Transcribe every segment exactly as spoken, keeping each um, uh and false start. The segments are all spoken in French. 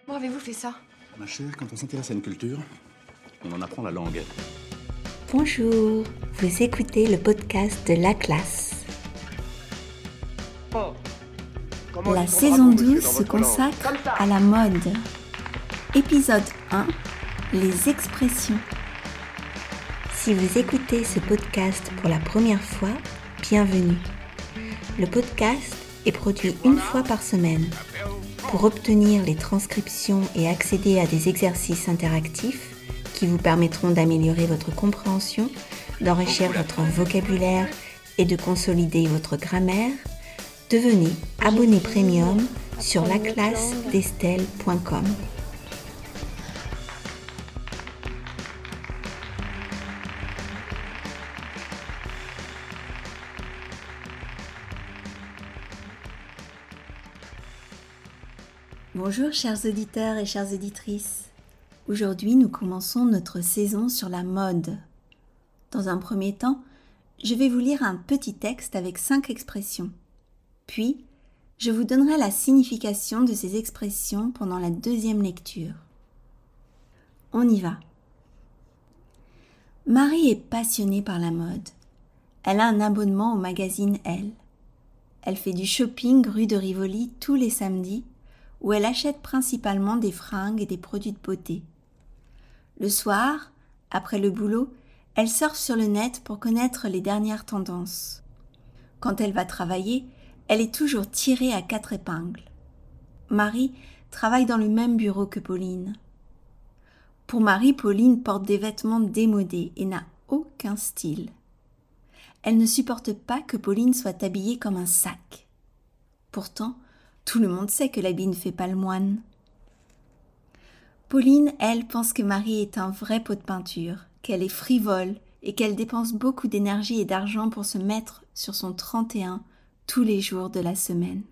Comment avez-vous fait ça? Ma chère, quand on s'intéresse à une culture, on en apprend la langue. Bonjour, vous écoutez le podcast de La Classe. Oh. La saison douze se consacre à la mode. Épisode un, les expressions. Si vous écoutez ce podcast pour la première fois, bienvenue. Le podcast est produit une fois par semaine. Pour obtenir les transcriptions et accéder à des exercices interactifs qui vous permettront d'améliorer votre compréhension, d'enrichir votre vocabulaire et de consolider votre grammaire, devenez abonné premium sur la classe d'estelle point com. Bonjour chers auditeurs et chères auditrices. Aujourd'hui, nous commençons notre saison sur la mode. Dans un premier temps, je vais vous lire un petit texte avec cinq expressions. Puis, je vous donnerai la signification de ces expressions pendant la deuxième lecture. On y va. Marie est passionnée par la mode. Elle a un abonnement au magazine Elle. Elle fait du shopping rue de Rivoli tous les samedis, où elle achète principalement des fringues et des produits de beauté. Le soir, après le boulot, elle surfe sur le net pour connaître les dernières tendances. Quand elle va travailler, elle est toujours tirée à quatre épingles. Marie travaille dans le même bureau que Pauline. Pour Marie, Pauline porte des vêtements démodés et n'a aucun style. Elle ne supporte pas que Pauline soit habillée comme un sac. Pourtant, tout le monde sait que l'habit ne fait pas le moine. Pauline, elle, pense que Marie est un vrai pot de peinture, qu'elle est frivole et qu'elle dépense beaucoup d'énergie et d'argent pour se mettre sur son trente et un tous les jours de la semaine.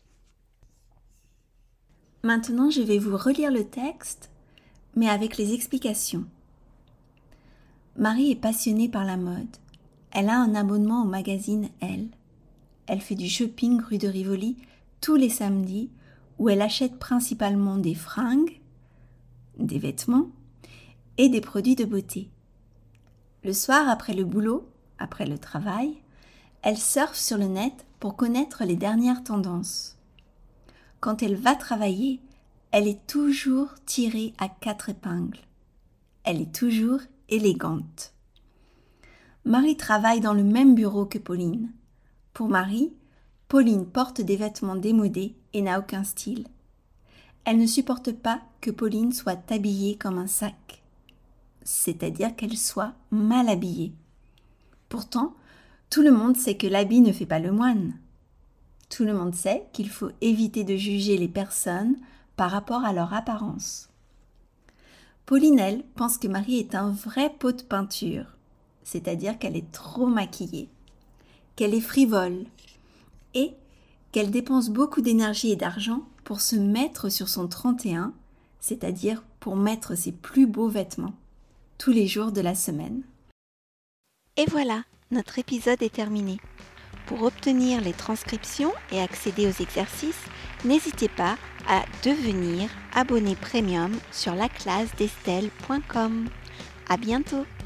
Maintenant, je vais vous relire le texte, mais avec les explications. Marie est passionnée par la mode. Elle a un abonnement au magazine Elle. Elle fait du shopping rue de Rivoli tous les samedis, où elle achète principalement des fringues, des vêtements et des produits de beauté. Le soir, après le boulot, après le travail, elle surfe sur le net pour connaître les dernières tendances. Quand elle va travailler, elle est toujours tirée à quatre épingles. Elle est toujours élégante. Marie travaille dans le même bureau que Pauline. Pour Marie, Pauline porte des vêtements démodés et n'a aucun style. Elle ne supporte pas que Pauline soit habillée comme un sac, c'est-à-dire qu'elle soit mal habillée. Pourtant, tout le monde sait que l'habit ne fait pas le moine. Tout le monde sait qu'il faut éviter de juger les personnes par rapport à leur apparence. Pauline, elle, pense que Marie est un vrai pot de peinture, c'est-à-dire qu'elle est trop maquillée, qu'elle est frivole, et qu'elle dépense beaucoup d'énergie et d'argent pour se mettre sur son trente et un, c'est-à-dire pour mettre ses plus beaux vêtements, tous les jours de la semaine. Et voilà, notre épisode est terminé. Pour obtenir les transcriptions et accéder aux exercices, n'hésitez pas à devenir abonné premium sur la classe d'estelle point com. À bientôt!